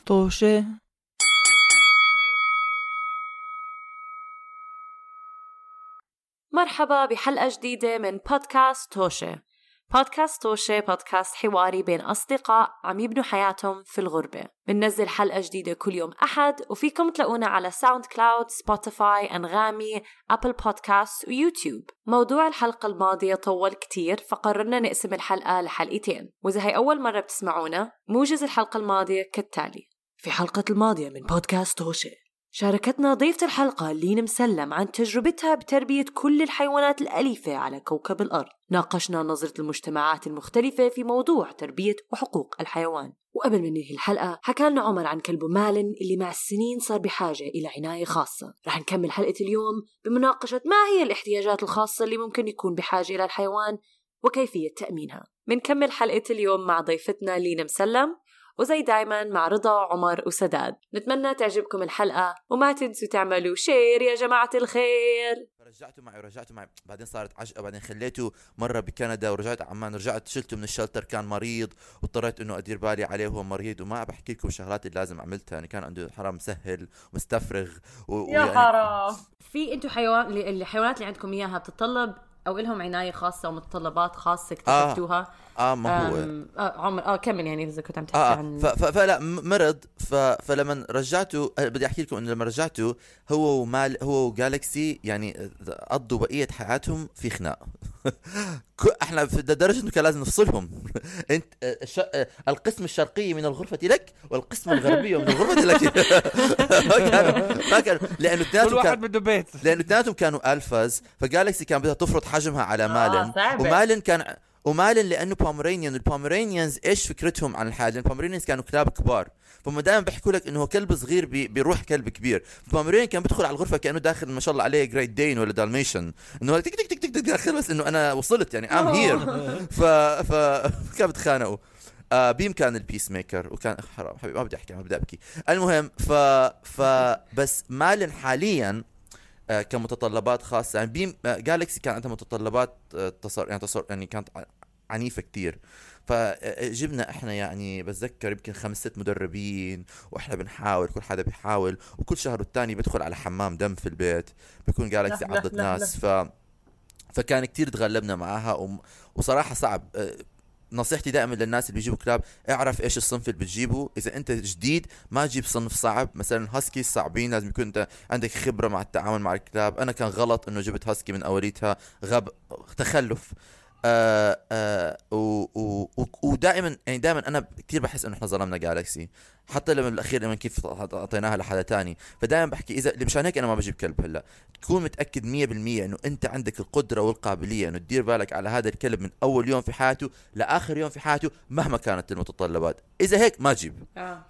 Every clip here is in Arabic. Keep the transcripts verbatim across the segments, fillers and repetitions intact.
طوشة. مرحبا بحلقة جديدة من بودكاست توشة. بودكاست توشة بودكاست حواري بين أصدقاء عم يبنوا حياتهم في الغربة. بننزل حلقة جديدة كل يوم أحد، وفيكم تلاقونا على ساوند كلاود، سبوتيفاي، أنغامي، أبل بودكاست ويوتيوب. موضوع الحلقة الماضية طول كتير، فقررنا نقسم الحلقة لحلقتين، وإذا هي أول مرة بتسمعونا موجز الحلقة الماضية كالتالي. في حلقة الماضية من بودكاست توشة شاركتنا ضيفة الحلقة لين مسلم عن تجربتها بتربية كل الحيوانات الأليفة على كوكب الأرض. ناقشنا نظرة المجتمعات المختلفة في موضوع تربية وحقوق الحيوان. وقبل ما ننهي الحلقة حكالنا عمر عن كلبه مالن اللي مع السنين صار بحاجة إلى عناية خاصة. رح نكمل حلقة اليوم بمناقشة ما هي الاحتياجات الخاصة اللي ممكن يكون بحاجة إلى الحيوان وكيفية تأمينها. منكمل حلقة اليوم مع ضيفتنا لين مسلم، وزي دايما مع رضا، عمر وسداد. نتمنى تعجبكم الحلقة، وما تنسوا تعملوا شير يا جماعة الخير. رجعته معي ورجعته معي بعدين صارت عشقة، بعدين خليته مرة بكندا ورجعت عمان، رجعت شلته من الشلتر كان مريض واضطريت انه ادير بالي عليه وهو مريض. وما بحكي لكم الشغلات اللي لازم عملتها، يعني كان عنده حرام مسهل ومستفرغ و... يا ويعني... حرام. في انتوا حيوان الحيوانات اللي عندكم اياها بتتطلب او لهم عناية خاصة ومتطلبات خاصة اكتشفتوها؟ اه, آه ما هو آه عمر اه كمل يعني اذا كنت عم تحكي آه عن ف... ف... فلا مرض ف... فلما رجعته بدي احكي لكم انه لما رجعته هو ومال هو وجالكسي يعني قضوا بقية حياتهم في خناق. احنا في درجة انه كان لازم نفصلهم. انت الش... القسم الشرقي من الغرفة لك والقسم الغربي من الغرفة لك. ما كان لانه اثنيناتهم كان بده بيت، لانه اثنيناتهم كانوا الفاز، فجالكسي كان بدها تفرض حجمها على مالن. آه ومالن كان ومالن لانه بومرانيان. البومرانيانز ايش فكرتهم عن الحياه؟ البومرانيانز كانوا كلاب كبار، فهم دائما بيحكوا لك انه كلب صغير بي بيروح كلب كبير. البومرانيان كان بيدخل على الغرفه كانه داخل ما شاء الله عليه جريت دين ولا دالميشن، انه تك تك تك تك داخل بس انه انا وصلت يعني ام هير. ف ف كانوا بيتخانقوا. آه بيم كان البيس ميكر وكان حرام حبيبي ما بدي احكي ما بدي ابكي. المهم ف ف بس مالن حاليا آه كمتطلبات خاصة، يعني بيم آه جالكسي كان عندها متطلبات آه تصر يعني تصر يعني كانت عنيفة كتير. فجبنا احنا يعني بتذكر يمكن خمس ست مدربين، واحنا بنحاول كل حدا بيحاول، وكل شهر والتاني بدخل على حمام دم في البيت بيكون جالكسي عضت ناس. ف فكان كتير تغلبنا معاها و... وصراحة صعب. آه نصيحتي دائما للناس اللي بيجيبوا كلاب، اعرف ايش الصنف اللي بتجيبه. اذا انت جديد ما تجيب صنف صعب، مثلا هاسكي صعبين، لازم يكون انت عندك خبرة مع التعامل مع الكلاب. انا كان غلط انه جبت هاسكي من اوليتها، غب تخلف. آه آه ودائما يعني دائما انا كتير بحس انه احنا ظلمنا جالكسي، حتى لما بالاخير لما كيف اعطيناها لحدا تاني. فدائما بحكي اذا مشان هيك انا ما بجيب كلب هلا، تكون متاكد مية بالمية انه انت عندك القدره والقابليه انه تدير بالك على هذا الكلب من اول يوم في حياته لاخر يوم في حياته مهما كانت المتطلبات. اذا هيك ما تجيب. آه.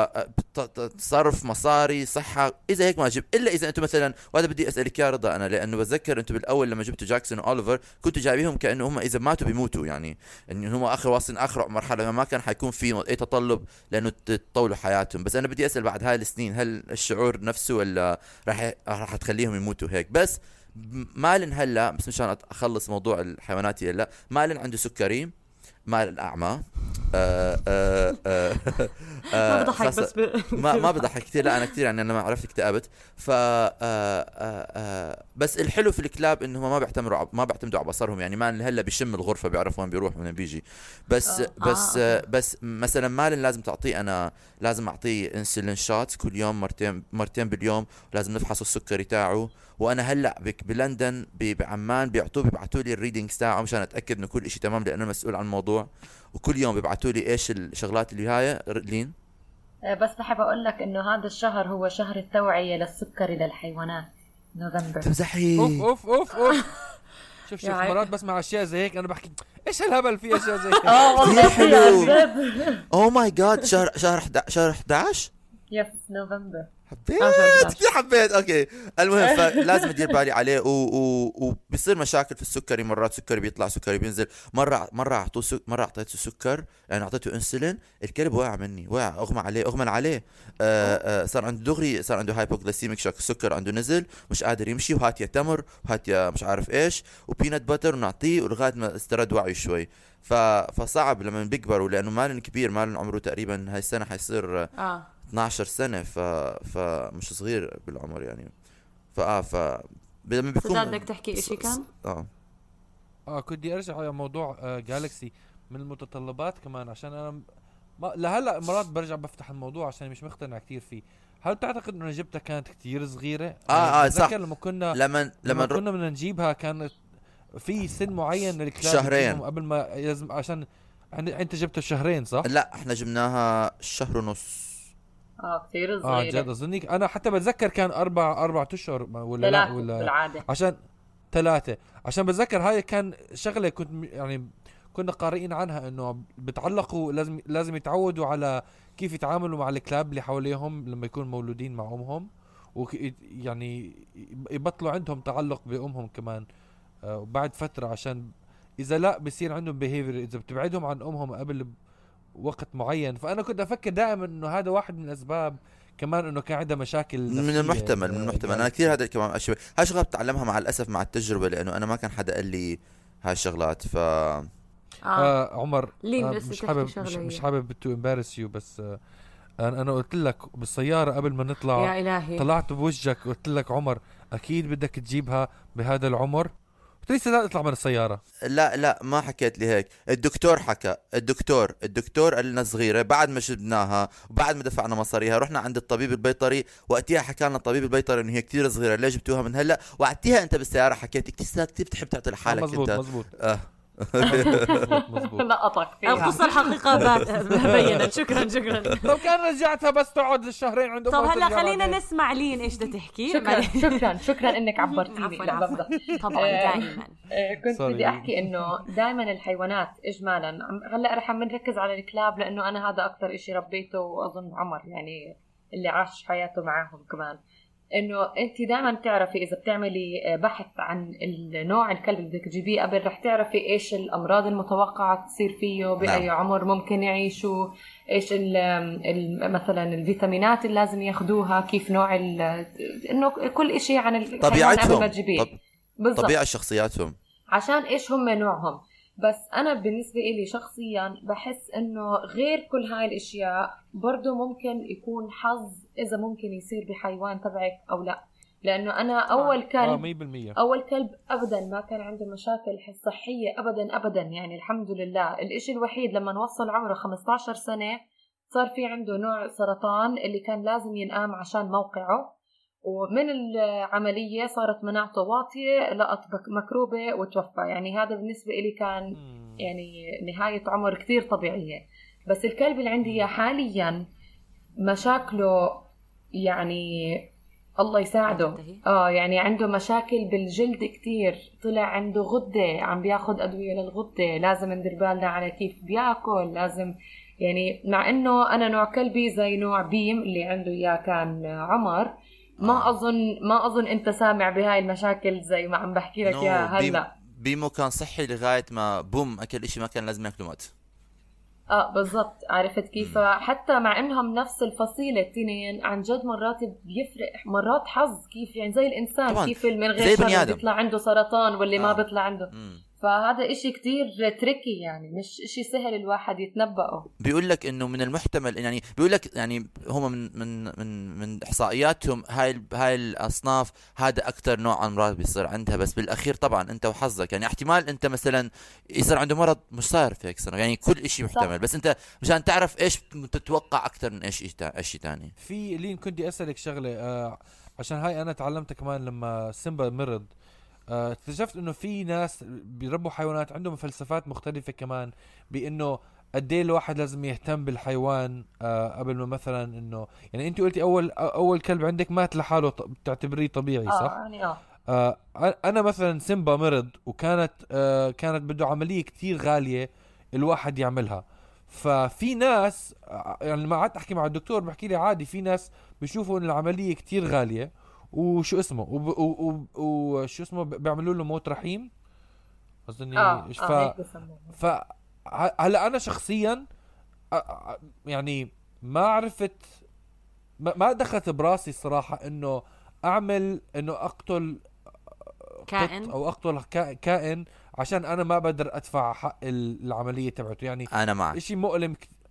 فتصرف مصاري صحه، اذا هيك ما تجيب. الا اذا انتم مثلا، وهذا بدي اسالك يا رضا انا، لانه بتذكر انتم بالاول لما جبتوا جاكسون واوليفر كنتوا جايبيهم كانه هم اذا ماتوا بيموتوا، يعني ان هم اخر واصلين اخر مرحله ما كان حيكون في اي تطلب لانه تطولوا حياتهم. بس انا بدي اسال بعد هاي السنين هل الشعور نفسه ولا راح راح تخليهم يموتوا هيك؟ بس مالن هلا بس مشان اخلص موضوع الحيوانات هلا، مالن عنده سكري، مالن اعمى. آه آه آه آه ما بضحك بس ب... ما ما بضحك كثير، لا انا كثير يعني انا ما عرفت اكتئبت. ف آه آه آه بس الحلو في الكلاب انهم ما بيعتمدوا ما بيعتمدوا على بصرهم، يعني مالن هلا بيشم الغرفه بيعرف وين بيروح وين بيجي. بس آه. بس آه. آه بس مثلا مالن لازم تعطيه، انا لازم اعطيه انسولين شوت كل يوم مرتين مرتين باليوم، ولازم نفحص السكري تاعه. وانا هلا بلندن بعمان بيعطوه بيبعثوا لي الريدنجز تاعه مشان اتاكد انه كل شيء تمام، لانه مسؤول عن الموضوع. وكل يوم بيبعثوا لي ايش الشغلات اللي هاي لين. بس بحب اقول لك انه هذا الشهر هو شهر التوعية للسكري للحيوانات، نوفمبر. تمزحي؟ اوف اوف اوف اوف. شوف شوف مرات بسمع اشياء زي هيك انا بحكي ايش هالهبل في اشياء زي هيك. اه والله حلو. اوه ماي جاد. شهر شهر شهر احد عشر يس نوفمبر. حبيت كثير حبيت. اوكي المهم فلازم ادير بالي عليه. وبيصير مشاكل في السكري، مرات سكري بيطلع سكري بينزل. مره مره اعطوه سك... مره اعطيته سكر، يعني اعطيته انسولين، الكلب وقع مني، وقع اغمى عليه اغمى عليه. آآ آآ صار عنده دغري، صار عنده هايبوغليسيميك شوك، السكر عنده نزل مش قادر يمشي. وهات يا تمر وهات يا مش عارف ايش وبينات باتر ونعطيه ولغايه ما استرد وعيه شوي. ف... فصعب لما بيكبروا، لانه مالن كبير، مالن عمره تقريبا هاي السنه حيصير اه اثنا عشر سنة ف فمش صغير بالعمر يعني. فاه ف لما بيكون بدك تحكي إشي كان اه اه كنت بدي ارجع على موضوع آه جالكسي من المتطلبات كمان، عشان انا ما لهلا مرات برجع بفتح الموضوع عشان مش مقتنع كثير فيه. هل تعتقد انه نجيبتها كانت كثير صغيره؟ اه اه صح. لما كنا لما لما, لما كنا بدنا نجيبها كانت في سن معين للكلاب شهرين قبل ما لازم، عشان انت جبتها شهرين صح؟ لا احنا جبناها شهر ونص. اه كثير صغيره. اه جد اظني انا حتى بتذكر كان اربع اربع اشهر ولا لا ولا بالعاده عشان ثلاثه، عشان بتذكر هاي كان شغله كنت يعني كنا قارئين عنها انه بتعلقوا لازم لازم يتعودوا على كيف يتعاملوا مع الكلاب اللي حواليهم لما يكونوا مولودين مع امهم، ويعني يبطلوا عندهم تعلق بامهم كمان آه بعد فتره، عشان اذا لا بصير عندهم behavior اذا بتبعدهم عن امهم قبل وقت معين. فانا كنت افكر دائما انه هذا واحد من الاسباب كمان انه كان عندها مشاكل من المحتمل من المحتمل انا كثير هذا كمان اشياء هاي شغلات بتعلمها مع الاسف مع التجربه، لانه انا ما كان حدا قال لي هاي الشغلات. ف آه. آه عمر آه مش حابب مش, مش حابب تو امبارس يو، بس آه انا انا قلت لك بالسياره قبل ما نطلع يا إلهي طلعت بوجهك قلت لك عمر اكيد بدك تجيبها بهذا العمر، قلت لي لا اطلع من السياره. لا لا ما حكيت لي هيك، الدكتور حكى، الدكتور الدكتور قال لنا صغيره بعد ما جبناها وبعد ما دفعنا مصاريها رحنا عند الطبيب البيطري، وقتها حكى لنا الطبيب البيطري انه هي كثير صغيره ليش جبتوها من هلا، وقعدتيها انت بالسياره حكيت كثير كثير بتحب تعطي لحالك مزبوط انت مزبوط آه. مزبوط لقطك فيها. القصة الحقيقة بينت. شكرا شكرا. لو كان رجعتها بس تقعد الشهرين عند طب امها هلا وترجع خلينا بعدين. نسمع لين ايش بدها تحكي. شكرا شكرا شكرا انك عبرتيني. عفوا عفوا. طبعا دائما كنت بدي احكي انه دائما الحيوانات اجمالا، هلا رح نركز على الكلاب لانه انا هذا اكثر إشي ربيته، واظن عمر يعني اللي عاش حياته معاهم كمان، انه انت دائما تعرفي اذا بتعملي بحث عن النوع الكلب اللي بدك تجيبيه قبل رح تعرفي ايش الامراض المتوقعه تصير فيه، باي نعم. عمر ممكن يعيشوا، ايش ال ال مثلا الفيتامينات اللي لازم ياخدوها، كيف نوع انه كل إشي عن الحيوان قبل ما تجيبيه. طب... طبيعه شخصياتهم عشان ايش هم نوعهم. بس أنا بالنسبة إلي شخصياً بحس إنه غير كل هاي الأشياء برضو ممكن يكون حظ إذا ممكن يصير بحيوان تبعك أو لا، لأنه أنا أول كلب أول كلب أبداً ما كان عنده مشاكل صحية أبداً أبداً يعني الحمد لله. الإشي الوحيد لما نوصل عمره خمسة عشر سنة صار في عنده نوع سرطان اللي كان لازم ينقام عشان موقعه، ومن العملية صارت مناعته واطية، لقط مكروبة وتوفى. يعني هذا بالنسبة إلي كان يعني نهاية عمر كثير طبيعية. بس الكلب اللي عندي حاليا مشاكله يعني الله يساعده آه يعني عنده مشاكل بالجلد كتير، طلع عنده غدة عم بياخد أدوية للغدة، لازم ندير بالنا على كيف بياكل، لازم يعني مع إنه أنا نوع كلبي زي نوع بيم اللي عنده إياه كان عمر، ما أظن ما أظن أنت سامع بهاي المشاكل زي ما عم بحكي لك يا هلا. بيمو كان صحي لغاية ما بوم أكل إشي ما كان لازم يأكله مات. آه بالضبط. عرفت كيف؟ حتى مع إنهم نفس الفصيلة التنين عن جد مرات بيفرق، مرات حظ كيف يعني زي الإنسان طبعاً. كيف من غير شر بيطلع عنده سرطان واللي آه. ما بيطلع عنده مم. فهذا إشي كتير تريكي يعني مش إشي سهل الواحد يتنبأه. بيقول لك إنه من المحتمل يعني بيقول لك يعني هم من من من من إحصائياتهم هاي هاي الأصناف هذا أكتر نوع أمراض بيصير عندها، بس بالأخير طبعا أنت وحظك يعني احتمال أنت مثلا يصير عنده مرض مش صار في هيك سنة، يعني كل إشي محتمل صح. بس أنت مشان تعرف إيش تتوقع أكتر من إيش إشي تاني. في لين كنت أسألك شغلة آه عشان هاي أنا تعلمت كمان لما سيمبا مرض، اكتشفت انه في ناس بيربوا حيوانات عندهم فلسفات مختلفة كمان، بانه قد ايه الواحد لازم يهتم بالحيوان آه قبل ما مثلا انه يعني انت قلتي اول اول كلب عندك مات لحاله بتعتبريه طبيعي صح؟ اه يعني اه آه انا مثلا سيمبا مرض وكانت آه كانت بده عملية كتير غالية الواحد يعملها، ففي ناس يعني ما قعدت احكي مع الدكتور بحكي لي عادي في ناس بيشوفوا ان العملية كتير غالية وشو اسمه وشو اسمه بيعملوا له موت رحيم اظني اه ف اه ف هلا انا شخصيا يعني ما عرفت ما دخلت براسي الصراحه انه اعمل انه اقتل كائن او اقتل كائن عشان انا ما بقدر ادفع حق العمليه تبعته. يعني انا معك شيء مؤلم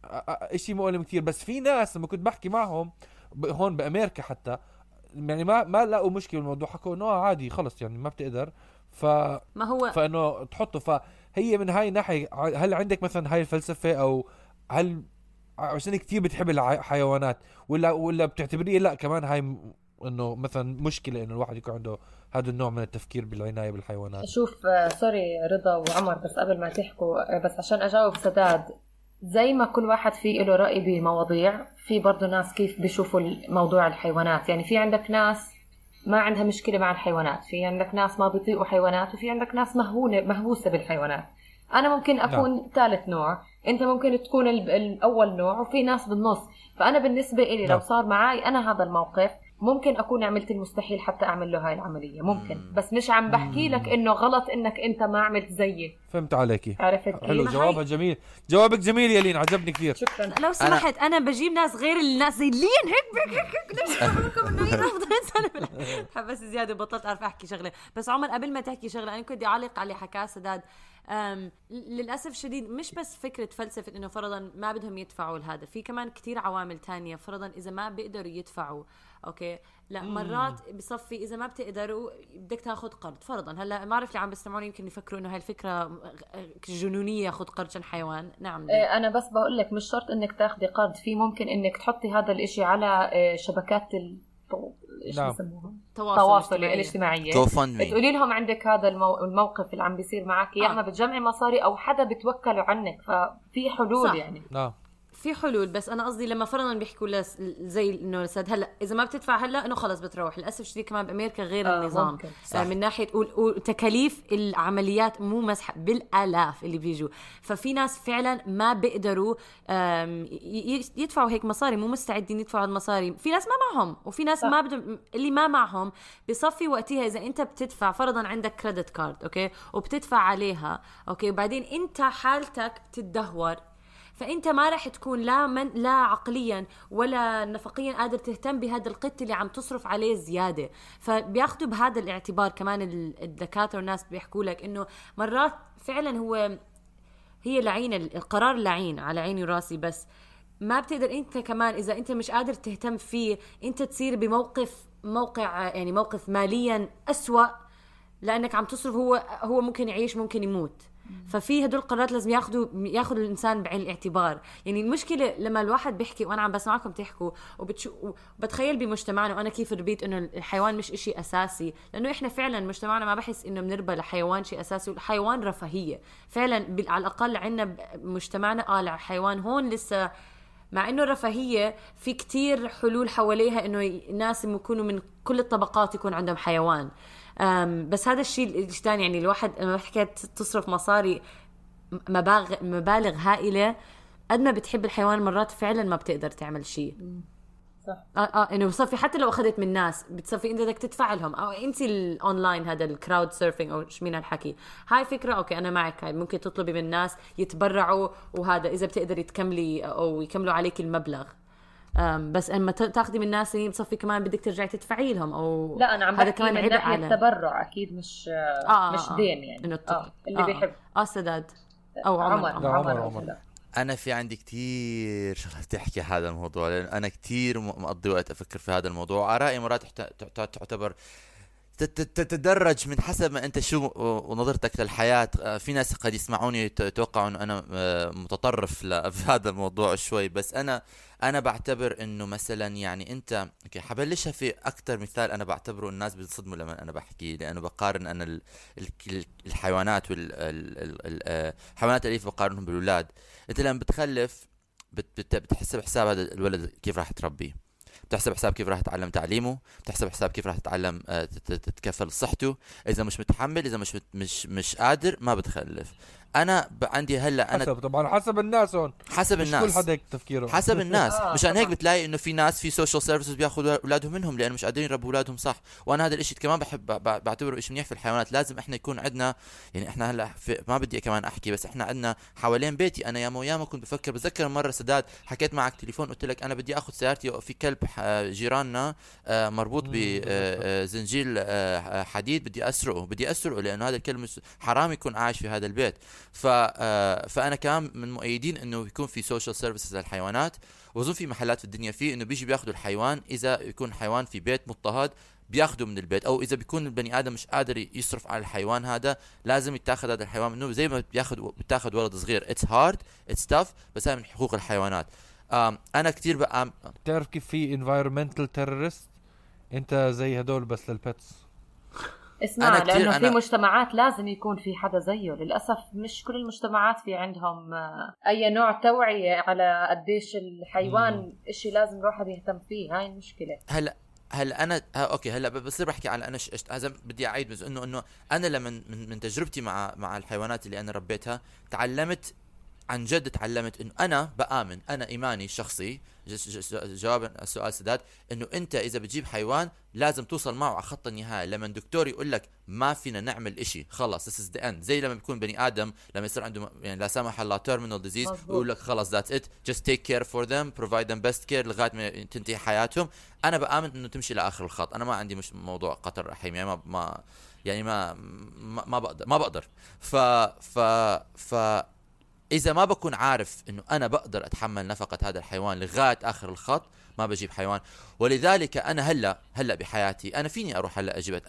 اشي مؤلم كتير. بس في ناس لما كنت بحكي معهم هون بأمريكا حتى يعني ما ما لقوا مشكلة بالموضوع، حكوا انه عادي خلص يعني ما بتقدر ف ما هو فانه تحطه. فهي من هاي الناحية هل عندك مثلا هاي الفلسفة او هل عشان كتير بتحب الحيوانات ولا ولا بتعتبريه لا كمان هاي م... انه مثلا مشكلة انه الواحد يكون عنده هذا النوع من التفكير بالعناية بالحيوانات؟ شوف سوري رضا وعمر بس قبل ما تحكوا بس عشان اجاوب سداد، زي ما كل واحد فيه له رأي بمواضيع، في برضو ناس كيف بيشوفوا موضوع الحيوانات. يعني في عندك ناس ما عندها مشكلة مع الحيوانات، في عندك ناس ما بيطيقوا حيوانات، وفي عندك ناس مهونة مهووسة بالحيوانات. أنا ممكن أكون ثالث نوع، أنت ممكن تكون الأول نوع، وفي ناس بالنص. فأنا بالنسبة إلي لو صار معي أنا هذا الموقف ممكن أكون عملت المستحيل حتى أعمل له هاي العملية ممكن، بس مش عم بحكي لك إنه غلط إنك أنت ما عملت زيي. فهمت عليكي. عرفت حلو جوابها جميل، جوابك جميل يا لين، عجبني كثير. شكرا. لو سمحت أنا, أنا بجيب ناس غير الناس زي لين هيك هيك هيك ليش بقولكم إنه يرفض إنسان بس زيادة بطلت أعرف أحكي شغلة. بس عمر قبل ما تحكي شغلة أنا كنت أعلق على حكاية سداد. أم للأسف شديد مش بس فكرة فلسفة إنه فرضاً ما بدهم يدفعوا لهذا، في كمان كتير عوامل تانية. فرضاً إذا ما بيقدروا يدفعوا أوكي لا مرات بصفي إذا ما بتقدروا بدك تاخد قرض. فرضاً هلا ما أعرف اللي عم بيستمعوني يمكن يفكروا إنه هاي الفكرة جنونية ياخد قرض عشان حيوان. نعم إيه أنا بس بقول لك مش شرط إنك تاخدي قرض، في ممكن إنك تحطي هذا الإشي على شبكات ال نعم. تواصل الاجتماعية، تقولي تقولي لهم عندك هذا المو... الموقف اللي عم بيصير معك يا اما آه. بتجمعي مصاري او حدا بتوكلوا عنك، ففي حلول. صح. يعني نعم في حلول. بس انا قصدي لما فرضا بيحكوا لس زي انه سد هلا اذا ما بتدفع هلا انه خلص بتروح. للاسف الشديد كمان بامريكا غير آه النظام آه من ناحيه وتكاليف العمليات مو مسح بالالاف اللي بيجوا. ففي ناس فعلا ما بيقدروا يدفعوا هيك مصاري، مو مستعدين يدفعوا المصاري. في ناس ما معهم وفي ناس صح. ما بدهم. اللي ما معهم بصفي وقتها اذا انت بتدفع فرضا عندك كريدت كارد اوكي وبتدفع عليها اوكي وبعدين انت حالتك تتدهور، فأنت ما رح تكون لا من لا عقليا ولا نفقيا قادر تهتم بهذا القط اللي عم تصرف عليه زيادة. فبياخدوا بهذا الاعتبار كمان الدكاترة والناس بيحكوا لك إنه مرات فعلا هو هي لعين القرار لعين على عيني وراسي، بس ما بتقدر أنت كمان إذا أنت مش قادر تهتم فيه أنت تصير بموقف موقع يعني موقف ماليا أسوأ لأنك عم تصرف. هو هو ممكن يعيش ممكن يموت. ففي هدول القرارات لازم ياخدوا ياخذ الانسان بعين الاعتبار. يعني المشكله لما الواحد بيحكي وانا عم بسمعكم تحكوا وبتخيل بمجتمعنا وانا كيف ربيت انه الحيوان مش إشي اساسي، لانه احنا فعلا مجتمعنا ما بحس انه بنربى لحيوان شيء اساسي، والحيوان رفاهيه فعلا. على الاقل عندنا بمجتمعنا اه الحيوان هون لسه مع انه رفاهيه في كتير حلول حواليها انه الناس يكونوا من كل الطبقات يكون عندهم حيوان. بس هذا الشيء الثاني يعني الواحد لما بحكي تصرف مصاري مبالغ مبالغ هائله قد ما بتحب الحيوان مرات فعلا ما بتقدر تعمل شيء. صح اه اه انه بصفي حتى لو اخذت من ناس بتصفي انت بدك تدفع لهم او انت الاونلاين هذا الكراود سيرفينج او ايش مين الحكي. هاي فكره اوكي انا معك. هاي ممكن تطلبي من الناس يتبرعوا وهذا اذا بتقدري تكملي او يكملوا عليك المبلغ. بس اما تاخدي من الناس بصفي كمان بدك ترجعي تدفعي لهم او لا انا عم بحكي من ناحيه على... التبرع اكيد مش آه مش دين يعني آه آه اللي آه بيحب اه سداد او عمر عمر, عمر, عمر, عمر. أنا في عندي كتير شغلة تحكي هذا الموضوع لأن أنا كتير مقضي وقت أفكر في هذا الموضوع. آرائي مرات تعتبر تتدرج من حسب ما أنت شو ونظرتك للحياة. في ناس قد يسمعوني يتوقعوا أنه أنا متطرف في هذا الموضوع شوي، بس أنا أنا بعتبر إنه مثلا يعني أنت أوكي حبلشها في أكتر مثال أنا بعتبره الناس بينصدموا لما أنا بحكي، لأنه بقارن أنا الحيوانات والحيوانات الأليفة بقارنهم بالأولاد. أنت لما بتخلف بتحسب حساب هذا الولد كيف راح تربيه، بتحسب حساب كيف راح تتعلم تعليمه، بتحسب حساب كيف راح تتعلم تتكفل صحته. إذا مش متحمل إذا مش مش مش قادر ما بتخلف. انا عندي هلا انا حسب طبعا حسب الناس هون حسب الناس كل حدا تفكيره حسب الناس مشان هيك بتلاقي انه في ناس في سوشيال سيرفيسز بياخذوا اولادهم منهم لانه مش قادرين يربوا اولادهم صح. وانا هذا الشيء كمان بحب بعتبره شيء منيح في الحيوانات. لازم احنا يكون عندنا يعني احنا هلا ما بدي كمان احكي بس احنا عندنا حوالين بيتي. انا ياما وياما كنت بفكر بتذكر مره سداد حكيت معك تليفون قلت لك انا بدي اخذ سيارتي وفي كلب جيراننا مربوط بزنجيل حديد بدي اسرقه بدي اسرقه لانه هذا الكلب حرام يكون عايش في هذا البيت. ف آه فانا كمان من مؤيدين انه يكون في سوشيال سيرفيسز للحيوانات، واظن في محلات في الدنيا فيه انه بيجي بياخذوا الحيوان اذا يكون حيوان في بيت مضطهد بياخذوا من البيت، او اذا بيكون البني ادم مش قادر يصرف على الحيوان هذا لازم يتاخذ هذا الحيوان منه، زي ما بياخذ بتاخذ ولد صغير. اتس هارد اتس تاف، بس هاي من حقوق الحيوانات. انا كتير بقى تعرف كيف في environmental terrorist انت زي هدول بس للبيتس. اسمع، لانه أنا... في مجتمعات لازم يكون في حدا زيه، للاسف مش كل المجتمعات في عندهم اي نوع توعية على قديش الحيوان مم. اشي لازم الواحد يهتم فيه. هاي المشكلة. هلا هلا انا ها اوكي هلا بصير بحكي على انا هذا بدي اعيد، بس انه انه انا لما من, من تجربتي مع مع الحيوانات اللي انا ربيتها تعلمت عن جد، تعلمت انه انا بآمن، انا ايماني الشخصي جواب السؤال سداد، انه انت اذا بتجيب حيوان لازم توصل معه على خط النهايه. لما الدكتور يقول لك ما فينا نعمل إشي خلص this is the end، زي لما بيكون بني ادم لما يصير عنده يعني لا سمح الله terminal disease ويقول لك خلص that's it just take care for them provide them best care لغايه ما تنتهي حياتهم. انا بآمن انه تمشي لاخر الخط. انا ما عندي مش موضوع قطر رحيم يعني ما, ما يعني ما ما, ما بقدر ما بقدر ف ف ف إذا ما بكون عارف إنه أنا بقدر أتحمل نفقة هذا الحيوان لغاية آخر الخط ما بجيب حيوان. ولذلك أنا هلا هلا بحياتي أنا فيني أروح هلا أجيب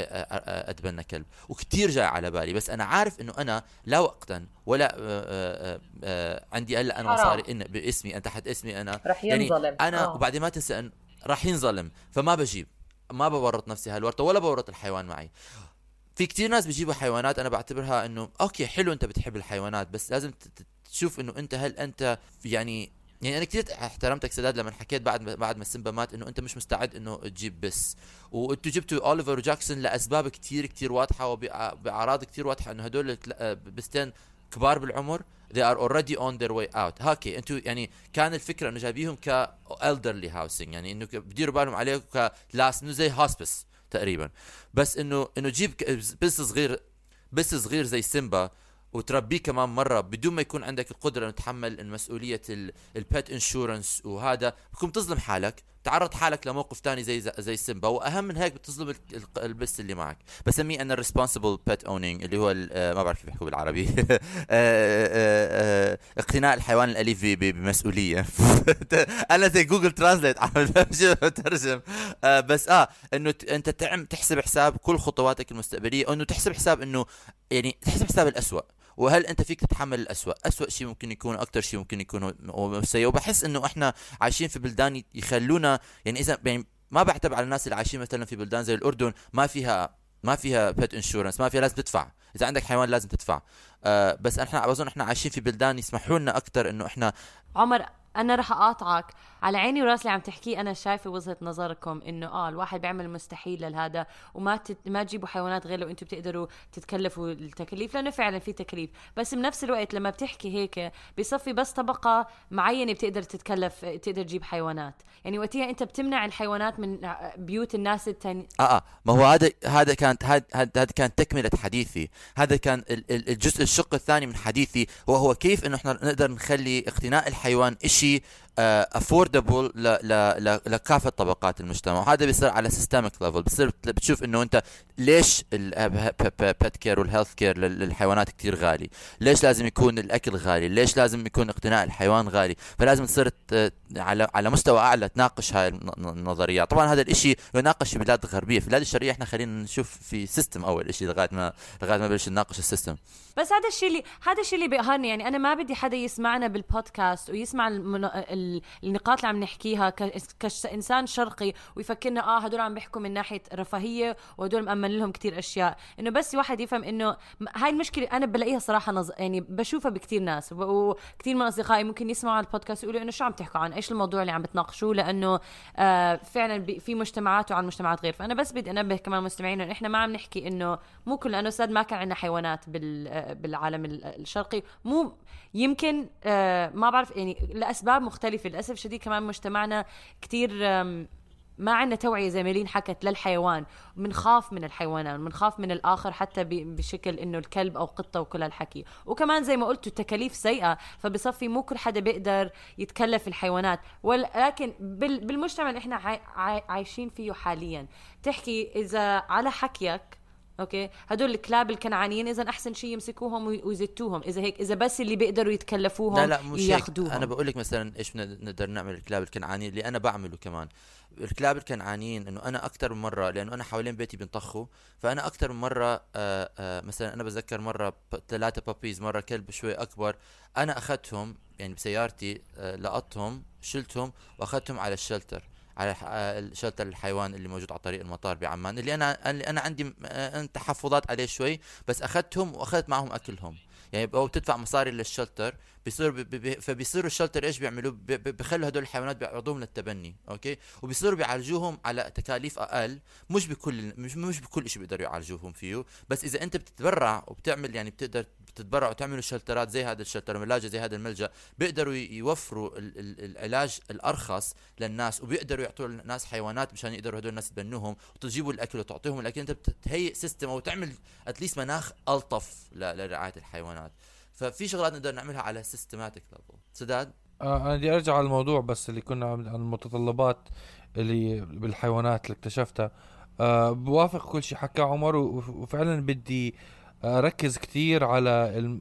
أتبنى كلب وكتير جاي على بالي، بس أنا عارف إنه أنا لا وقتا ولا آآ آآ عندي هلا أنا مصاري إن باسمي أنت تحت اسمي أنا رح ينظلم يعني أنا أوه. وبعدين ما تنسى إنه رح ينظلم، فما بجيب ما بورط نفسي هالورطة ولا بورط الحيوان معي. في كتير ناس بيجيبوا حيوانات أنا بعتبرها إنه أوكي حلو أنت بتحب الحيوانات، بس لازم تشوف إنه أنت هل أنت يعني يعني أنا كتير احترمتك سداد لما حكيت بعد بعد ما سيمبا مات إنه أنت مش مستعد إنه تجيب بس، وأنتوا جبتوا أوليفر جاكسون لأسباب كتير كتير واضحة وبأعراض كتير واضحة إنه هدول بستين كبار بالعمر they are already on their way out. هاكي أنتوا يعني كان الفكرة إنه جايبيهم ك elderly housing، يعني إنه بديروا بالهم عليكم كلاس إنه زي هاسبس تقريبا، بس انه انه جيب بس صغير بس صغير زي سيمبا وتربيه كمان مرة بدون ما يكون عندك القدرة أن تتحمل المسؤولية البيت انشورنس، وهذا بكون تظلم حالك، تعرض حالك لموقف تاني زي زي سيمبا، واهم من هيك بتظلم البس اللي معك. بسميه انا responsible pet owning اللي هو ما بعرف كيف بيحكوا بالعربي اقتناء الحيوان الاليف بمسؤوليه. انا زي جوجل ترانسليت عم بترجم، بس اه انه انت تحسب حساب كل خطواتك المستقبليه، انه تحسب حساب انه يعني تحسب حساب الأسوأ، وهل أنت فيك تتحمل الأسوأ. أسوأ شيء ممكن يكون أكتر شيء ممكن يكون سيء. وبحس إنه إحنا عايشين في بلدان يخلونا يعني إذا يعني ما بعتب على الناس اللي عايشين مثلا في بلدان زي الأردن ما فيها ما فيها pet insurance، ما فيها لازم تدفع، إذا عندك حيوان لازم تدفع. آه بس إحنا أظن إحنا عايشين في بلدان يسمحوا لنا أكتر إنه إحنا. عمر أنا رح أقاطعك على عيني وراسي عم تحكي، أنا شايفة وجهة نظركم إنه آه الواحد بيعمل المستحيل لهذا وما تت... ما تجيبوا حيوانات غير لو أنتم بتقدروا تتكلفوا التكاليف، لأنه فعلا في تكاليف، بس بنفس الوقت لما بتحكي هيك بيصفي بس طبقة معينة بتقدر تتكلف تقدر تجيب حيوانات، يعني وقتها أنت بتمنع الحيوانات من بيوت الناس التانية. آه آه ما هو هذا هذا كانت هذا هذا كانت تكملة حديثي، هذا كان الجزء الشق الثاني من حديثي، وهو كيف إنه إحنا نقدر نخلي اقتناء الحيوان إشي affordable ل ل لكافة طبقات المجتمع. وهذا بيصير على systemic level، بتصير بتشوف إنه أنت ليش ال pet care وال health care للحيوانات كتير غالي، ليش لازم يكون الأكل غالي، ليش لازم يكون اقتناء الحيوان غالي. فلازم تصير على على مستوى أعلى تناقش هاي النظريات. طبعا هذا الإشي يناقش في بلاد غربية، في بلاد الشرقية إحنا خلينا نشوف في system أول إشي لغاية ما لغاية ما بلش نناقش السيستم. بس هذا الشيء اللي هذا الشيء اللي بيقهرني، يعني أنا ما بدي حدا يسمعنا بالبودكاست ويسمع المن... النقاط اللي عم نحكيها كإنسان شرقي ويفكرنا آه هدول عم بيحكوا من ناحية رفاهية وهدول مأمن لهم كتير أشياء. إنه بس واحد يفهم إنه هاي المشكلة أنا بلاقيها صراحة نظ... يعني بشوفها بكتير ناس وكتير من أصدقائي ممكن يسمعوا على البودكاست يقولوا إنه شو عم تحكوا عن إيش الموضوع اللي عم بتناقشوه، لأنه آه فعلا في مجتمعات وعن مجتمعات غير. فأنا بس بدي أنبه كمان مستمعين إنه إحنا ما عم نحكي إنه مو كل لأنه ساد ما كان عندنا حيوانات بال... بالعالم الشرقي، مو يمكن آه ما بعرف يعني لأسباب مختلفة. للأسف شديد كمان مجتمعنا كتير ما عندنا توعية زي ميلين حكت للحيوان، منخاف من الحيوانات، منخاف من الآخر حتى بشكل إنه الكلب أو قطة وكل هالحكي. وكمان زي ما قلت التكاليف سيئة، فبصفي مو كل حدا بيقدر يتكلف الحيوانات. ولكن بالمجتمع اللي إحنا عايشين فيه حاليا تحكي إذا على حكيك اوكي هدول الكلاب الكنعانيين اذا احسن شيء يمسكوهم ويزتوهم، اذا هيك اذا بس اللي بيقدروا يتكلفوهم لا لا مش ياخدوهم. انا بقول لك مثلا ايش نقدر نعمل الكلاب الكنعانيين اللي انا بعمله كمان. الكلاب الكنعانيين انه انا اكثر من مره، لانه انا حوالين بيتي بينطخوا، فانا اكثر من مره آآ آآ مثلا انا بتذكر مره ثلاثه بابيز، مره كلب شوي اكبر، انا اخذتهم يعني بسيارتي، لقطتهم شلتهم واخذتهم على الشلتر، على الشلتر الحيوان اللي موجود على طريق المطار بعمان، اللي انا اللي انا عندي تحفظات عليه شوي، بس اخذتهم واخذت معهم اكلهم. يعني او بتدفع مصاري للشلتر، بيصير بي بي فبيصيروا الشلتر ايش بيعملوا، بي بيخلوا هدول الحيوانات بيعرضوهم للتبني، اوكي، وبيصيروا بيعالجوهم على تكاليف اقل، مش بكل مش مش بكل شيء بيقدروا يعالجوهم فيه، بس اذا انت بتتبرع وبتعمل يعني بتقدر بتتبرع وتعملوا شلترات زي هذا الشلتر، ملاجئ زي هذا الملجأ، بيقدروا يوفروا ال ال العلاج الارخص للناس، وبيقدروا يعطوا الناس حيوانات مشان يقدروا هدول الناس يتبنوهم، وتجيبوا الاكل وتعطيهم الاكل. انت بتهيئ سيستم او تعمل اتليست مناخ الطف لرعايه الحيوانات. ففي شغلات نقدر نعملها على سيستماتيك ليفل. سداد آه انا بدي ارجع على الموضوع بس اللي كنا عن المتطلبات اللي بالحيوانات اللي اكتشفتها. آه بوافق كل شيء حكى عمر، وفعلا بدي اركز كتير على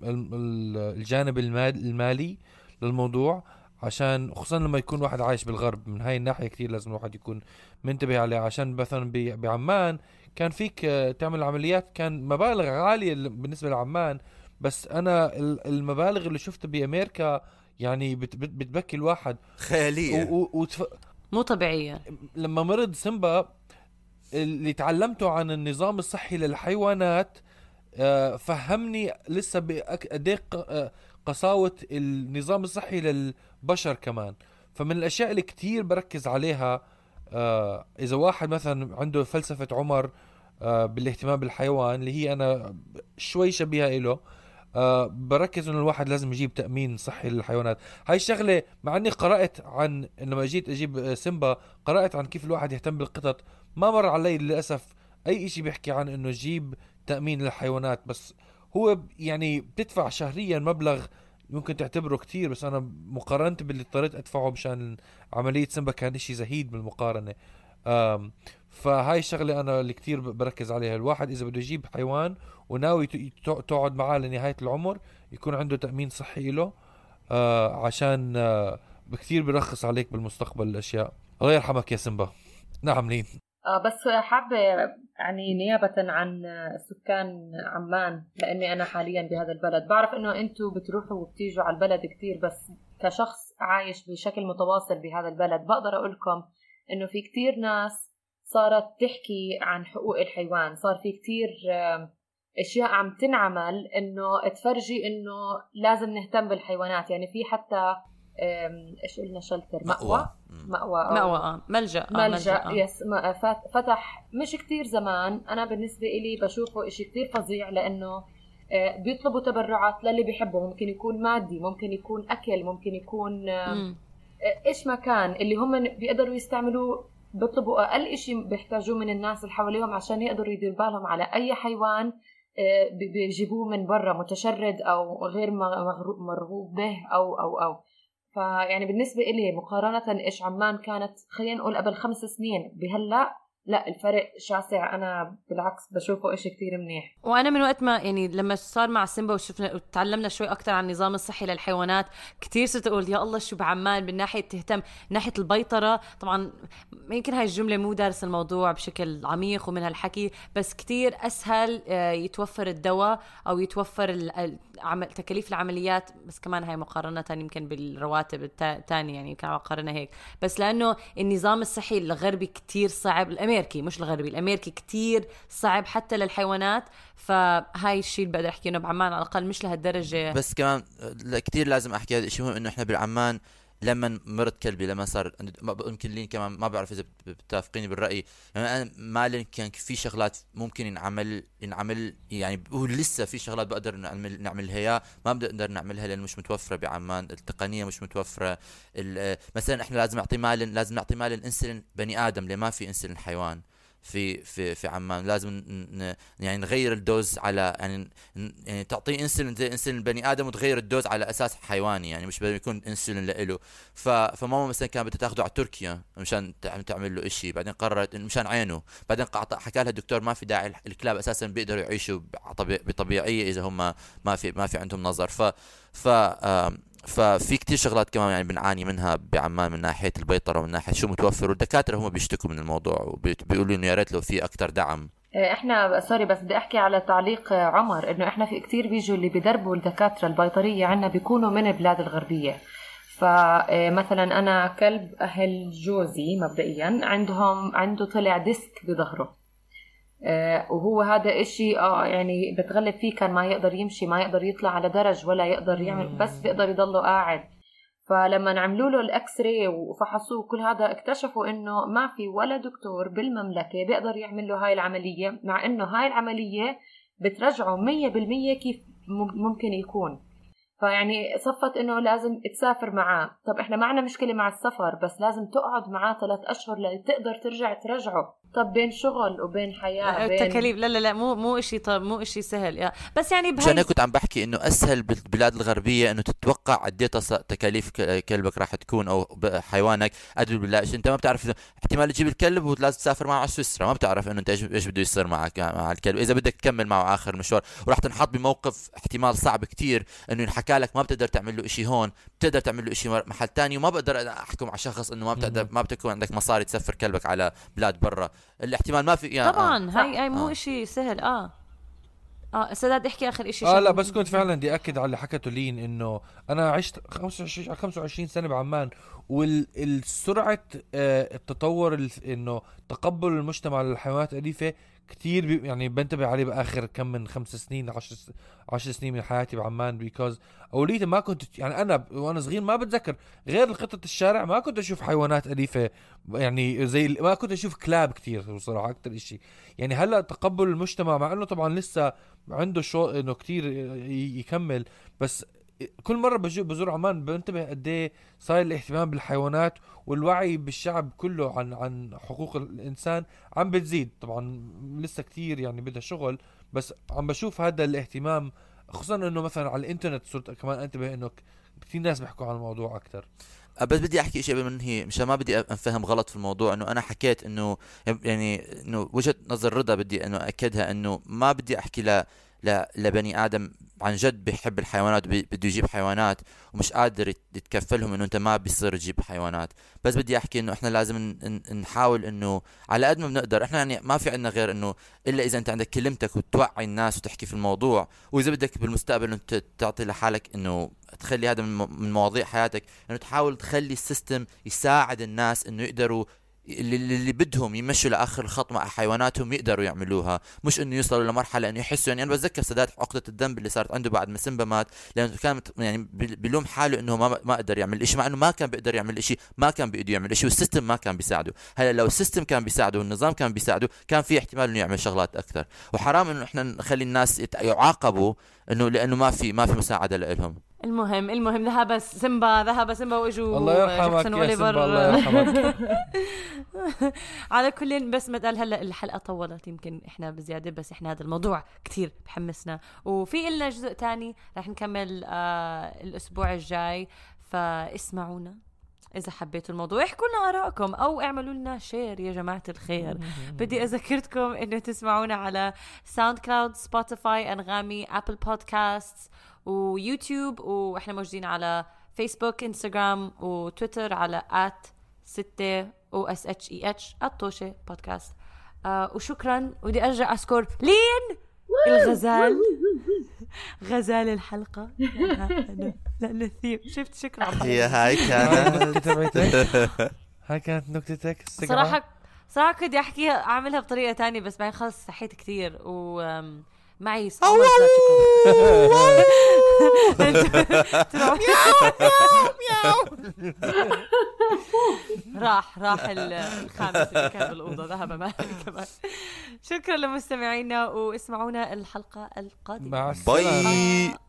الجانب المالي للموضوع، عشان خصوصا لما يكون واحد عايش بالغرب. من هاي الناحية كتير لازم الواحد يكون منتبه عليه، عشان مثلا بعمان كان فيك تعمل عمليات كان مبالغ عالية بالنسبة لعمان، بس انا المبالغ اللي شفتها بامريكا يعني بتبكي الواحد، خيالية وتف... مو طبيعية. لما مرض سيمبا اللي تعلمته عن النظام الصحي للحيوانات فهمني لسه بأدق قساوة النظام الصحي للبشر كمان. فمن الأشياء اللي كتير بركز عليها إذا واحد مثلا عنده فلسفة عمر بالاهتمام بالحيوان اللي هي أنا شوي شبيهة إله، بركز إنه الواحد لازم يجيب تأمين صحي للحيوانات. هاي الشغلة مع أني قرأت عن لما جيت أجيب سيمبا قرأت عن كيف الواحد يهتم بالقطط، ما مر علي للأسف أي إشي بيحكي عن إنه جيب تأمين للحيوانات. بس هو يعني بتدفع شهريا مبلغ ممكن تعتبره كتير، بس أنا مقارنة باللي اضطريت أدفعه مشان عملية سيمبا كان إشي زهيد بالمقارنة. فهاي الشغلة أنا اللي كتير بركز عليها. الواحد إذا بده يجيب حيوان وناوي تقعد معاه لنهاية العمر يكون عنده تأمين صحي له، عشان بكتير برخص عليك بالمستقبل الأشياء. الله يرحمك يا سيمبا. نعم لين. آه بس حابة يعني نيابة عن سكان عمان، لأني أنا حاليا بهذا البلد بعرف إنه أنتوا بتروحوا وبتيجوا على البلد كتير، بس كشخص عايش بشكل متواصل بهذا البلد بقدر أقولكم إنه في كتير ناس صارت تحكي عن حقوق الحيوان، صار في كتير أشياء عم تنعمل إنه تفرجي إنه لازم نهتم بالحيوانات. يعني في حتى ايش قلنا شلتر مأوى مأوى مأوى ملجأ ملجأ يس فتح مش كتير زمان. أنا بالنسبة إلي بشوفه إشي كتير فظيع، لأنه بيطلبوا تبرعات للي بيحبوا، ممكن يكون مادي، ممكن يكون أكل، ممكن يكون إيش ما كان اللي هم بيقدروا يستعملوا. بيطلبوا أقل إشي بيحتاجوه من الناس اللي حواليهم عشان يقدروا يديروا بالهم على أي حيوان بيجيبوه من برا متشرد أو غير مرغوب به أو أو أو فيعني بالنسبة إلي مقارنة إيش عمان كانت خلينا نقول قبل خمس سنين بهلأ، لا الفرق شاسع. أنا بالعكس بشوفه إشي كتير منيح. وأنا من وقت ما يعني لما صار مع سيمبا وشفنا وتعلمنا شوي أكتر عن النظام الصحي للحيوانات كتير صرت أقول يا الله شو بعمان من ناحية تهتم ناحية البيطرة. طبعا يمكن هاي الجملة مو دارس الموضوع بشكل عميق ومن هالحكي، بس كتير أسهل يتوفر الدواء أو يتوفر تكاليف العمليات، بس كمان هاي مقارنة يمكن بالرواتب التانية يعني كان مقارنة هيك. بس لأنه النظام الصحي الغربي كتير صعب، الأمريكي مش الغربي، الأمريكي كتير صعب حتى للحيوانات. فهاي الشيء اللي بقدر أحكي إنه بعمان على الأقل مش لهالدرجة. بس كمان كتير لازم أحكي هذا الشيء مهم، إنه إحنا بالعمان لما مرض كلبي لما صار يمكن لين كمان ما بعرف إذا بتوافقيني بالرأي، يعني أنا مالن كان في شغلات ممكن ينعمل ينعمل يعني ولسه في شغلات بقدر نعمل نعملها ما بقدر نعملها لأنه مش متوفرة بعمان، التقنية مش متوفرة. مثلا إحنا لازم نعطي مالن لازم نعطي مالن إنسولين بني آدم، لما في إنسولين حيوان. في في في عمان. لازم ن يعني نغير الدوز على يعني يعني تعطيه انسولين زي انسولين البني ادم وتغير الدوز على اساس حيواني، يعني مش بيكون انسولين له. فماما مثلا كانت بدها تاخده على تركيا مشان تعمل له إشي، بعدين قررت انه مشان عينه، بعدين حكى لها الدكتور ما في داعي، الكلاب اساسا بيقدروا يعيشوا بطبيعيه اذا هم ما في ما في عندهم نظر. ف ف ففي كتير شغلات كمان يعني بنعاني منها بعمان من ناحيه البيطره ومن ناحيه شو متوفر، والدكاتره هم بيشتكوا من الموضوع وبيقولوا انه يا ريت لو في اكتر دعم. احنا سوري بس بدي احكي على تعليق عمر، انه احنا في كتير بيجوا اللي بيدربوا الدكاتره البيطريه عنا بيكونوا من البلاد الغربيه. فمثلا انا كلب اهل جوزي مبدئيا عندهم عنده طلع ديسك بظهره، وهو هذا إشي اه يعني بتغلب فيه، كان ما يقدر يمشي، ما يقدر يطلع على درج ولا يقدر يعمل، بس بيقدر يضله قاعد. فلما نعملوا له الاكس راي وفحصوه كل هذا اكتشفوا انه ما في ولا دكتور بالمملكه بيقدر يعمل له هاي العمليه، مع انه هاي العمليه بترجعه مية بالمية كيف ممكن يكون. فيعني صفت انه لازم تسافر معاه. طب احنا معنا مشكله مع السفر، بس لازم تقعد معاه ثلاث اشهر لتقدر ترجع ترجعه. طب بين شغل وبين حياه بين تكاليف، لا لا لا مو مو إشي، طب مو إشي سهل. بس يعني بهي عشان كنت عم بحكي انه اسهل بالبلاد الغربيه انه تتوقع قد ايه تكاليف كلبك راح تكون او حيوانك. ادري بالله انت ما بتعرف احتمال تجيب الكلب ولازم تسافر معه على سويسرا، ما بتعرف انه انت ايش بده يصير معك مع الكلب، اذا بدك تكمل معه اخر مشوار وراح تنحط بموقف احتمال صعب كتير انه ينحكى لك ما بتقدر تعمل له إشي هون، بتقدر تعمل له إشي محل تاني. وما بقدر احكم على شخص انه ما بتقدر ما بتكون عندك مصاري تسافر كلبك على بلاد برا، الاحتمال ما في يعني طبعا. آه. هاي هاي مو آه. إشي سهل. اه اه سداد احكي اخر إشي. اه لا بس كنت فعلا بدي اكد على اللي حكته لين، انه انا عشت خمسة وعشرين سنه بعمان، والسرعه آه التطور انه تقبل المجتمع للحيوانات الاليفه كتير يعني بنتبه عليه باخر كم من خمس سنين عشر عشر سنين من حياتي بعمان. بيكوز اوليتي ما كنت يعني انا وانا صغير ما بتذكر غير القطة الشارع، ما كنت اشوف حيوانات اليفه يعني زي ما كنت اشوف كلاب كتير بصراحه اكتر اشي. يعني هلا تقبل المجتمع مع انه طبعا لسه عنده شو انه كتير يكمل، بس كل مرة بزور عمان بنتبه قد ايه صار الاهتمام بالحيوانات والوعي بالشعب كله عن عن حقوق الانسان عم بتزيد. طبعا لسه كتير يعني بدها شغل، بس عم بشوف هذا الاهتمام، خصوصا انه مثلا على الانترنت صرت كمان انتبه انه كتير ناس بيحكوا عن الموضوع اكتر. بس بدي احكي شيء من هي مشان ما بدي افهم غلط في الموضوع، انه انا حكيت انه يعني انه وجهة نظر رضا بدي انه اكدها، انه ما بدي احكي ل لبني آدم عن جد بيحب الحيوانات بده يجيب حيوانات ومش قادر يتكفلهم انه انت ما بيصير تجيب حيوانات. بس بدي احكي انه احنا لازم نحاول انه على قد ما بنقدر، احنا يعني ما في عندنا غير انه الا اذا انت عندك كلمتك وتوعي الناس وتحكي في الموضوع، واذا بدك بالمستقبل انت تعطي لحالك انه تخلي هذا من مواضيع حياتك، انه تحاول تخلي السيستم يساعد الناس انه يقدروا اللي, اللي بدهم يمشوا لاخر الخط مع حيواناتهم يقدروا يعملوها، مش انه يوصلوا لمرحله انه يحسوا. يعني انا بتذكر سداد عقده الذنب اللي صارت عنده بعد ما سيمبا مات، لانه كان يعني بيلوم حاله انه ما ما قدر يعمل شيء، مع انه ما كان بيقدر يعمل شيء، ما كان بيقدر يعمل شيء والسيستم ما كان بيساعده. هلا لو السيستم كان بيساعده والنظام كان بيساعده كان في احتمال انه يعمل شغلات اكثر. وحرام انه احنا نخلي الناس يعاقبوا انه لانه ما في ما في مساعده لهم. المهم المهم ذهب سيمبا ذهب سيمبا واجوا الله يرحمك يا سيمبا الله يرحمك. على كل بس ما قال هلا الحلقه طولت يمكن احنا بزياده، بس احنا هذا الموضوع كتير بحمسنا وفي لنا جزء تاني رح نكمل آه الاسبوع الجاي، فاسمعونا إذا حبيتوا الموضوع، احكوا لنا آراءكم أو اعملوا لنا شير يا جماعة الخير. بدي أذكركم إنه تسمعونا على ساوند كلاود، سبوتيفاي، أنغامي، أبل بودكاست ويوتيوب، وإحنا موجودين على فيسبوك، إنستغرام وتويتر على آت ستة أو إس إتش إي إتش الطوشة بودكاست. آه وشكرا. ودي أرجع أذكر لين الغزال غزال الحلقة لأن الثيم شفت. شكرا. هي هاي كانت هاي كانت نكتتك. صراحة صراحة كنت أحكيها أعملها بطريقة تانية، بس بعدين خلص صحيت كتير ومعي صوت راح راح الخامس اللي كان بالأوضة ذهب معي كمان. شكرا لمستمعينا واسمعونا الحلقة القادمة. باي.